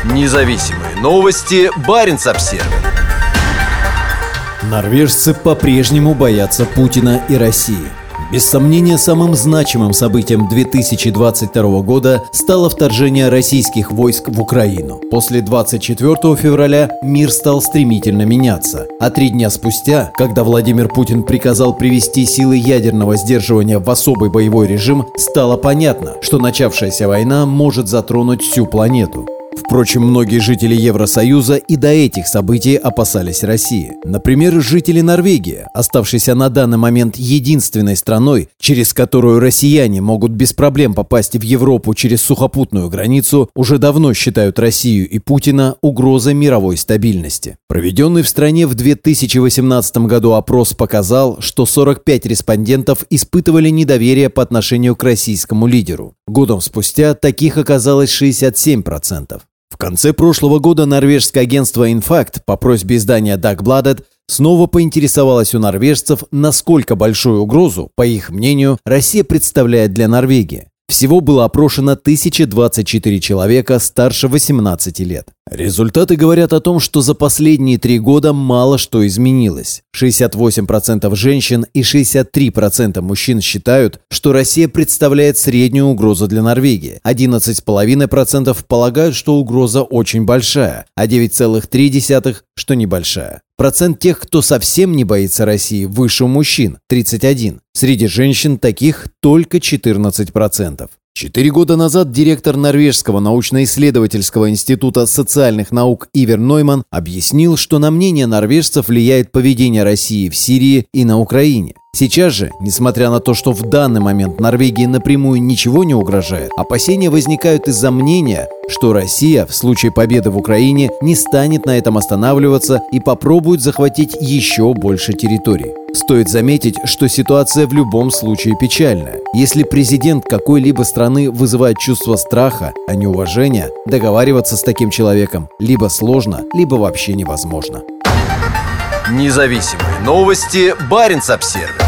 Независимые новости. Баренц-Обсервис. Норвежцы по-прежнему боятся Путина и России. Без сомнения, самым значимым событием 2022 года стало вторжение российских войск в Украину. После 24 февраля мир стал стремительно меняться. А 3 дня спустя, когда Владимир Путин приказал привести силы ядерного сдерживания в особый боевой режим, стало понятно, что начавшаяся война может затронуть всю планету. Впрочем, многие жители Евросоюза и до этих событий опасались России. Например, жители Норвегии, оставшейся на данный момент единственной страной, через которую россияне могут без проблем попасть в Европу через сухопутную границу, уже давно считают Россию и Путина угрозой мировой стабильности. Проведенный в стране в 2018 году опрос показал, что 45 респондентов испытывали недоверие по отношению к российскому лидеру. Годом спустя таких оказалось 67%. В конце прошлого года норвежское агентство Infact по просьбе издания Dagbladet снова поинтересовалось у норвежцев, насколько большую угрозу, по их мнению, Россия представляет для Норвегии. Всего было опрошено 1024 человека старше 18 лет. Результаты говорят о том, что за последние 3 года мало что изменилось. 68% женщин и 63% мужчин считают, что Россия представляет среднюю угрозу для Норвегии. 11,5% полагают, что угроза очень большая, а 9,3% что небольшая. Процент тех, кто совсем не боится России, выше у мужчин – 31%. Среди женщин таких только 14%. 4 года назад директор Норвежского научно-исследовательского института социальных наук Ивер Нойман объяснил, что на мнение норвежцев влияет поведение России в Сирии и на Украине. Сейчас же, несмотря на то, что в данный момент Норвегии напрямую ничего не угрожает, опасения возникают из-за мнения, что Россия в случае победы в Украине не станет на этом останавливаться и попробует захватить еще больше территорий. Стоит заметить, что ситуация в любом случае печальная. Если президент какой-либо страны вызывает чувство страха, а не уважения, договариваться с таким человеком либо сложно, либо вообще невозможно. Независимые новости. Баренц-Обсервис.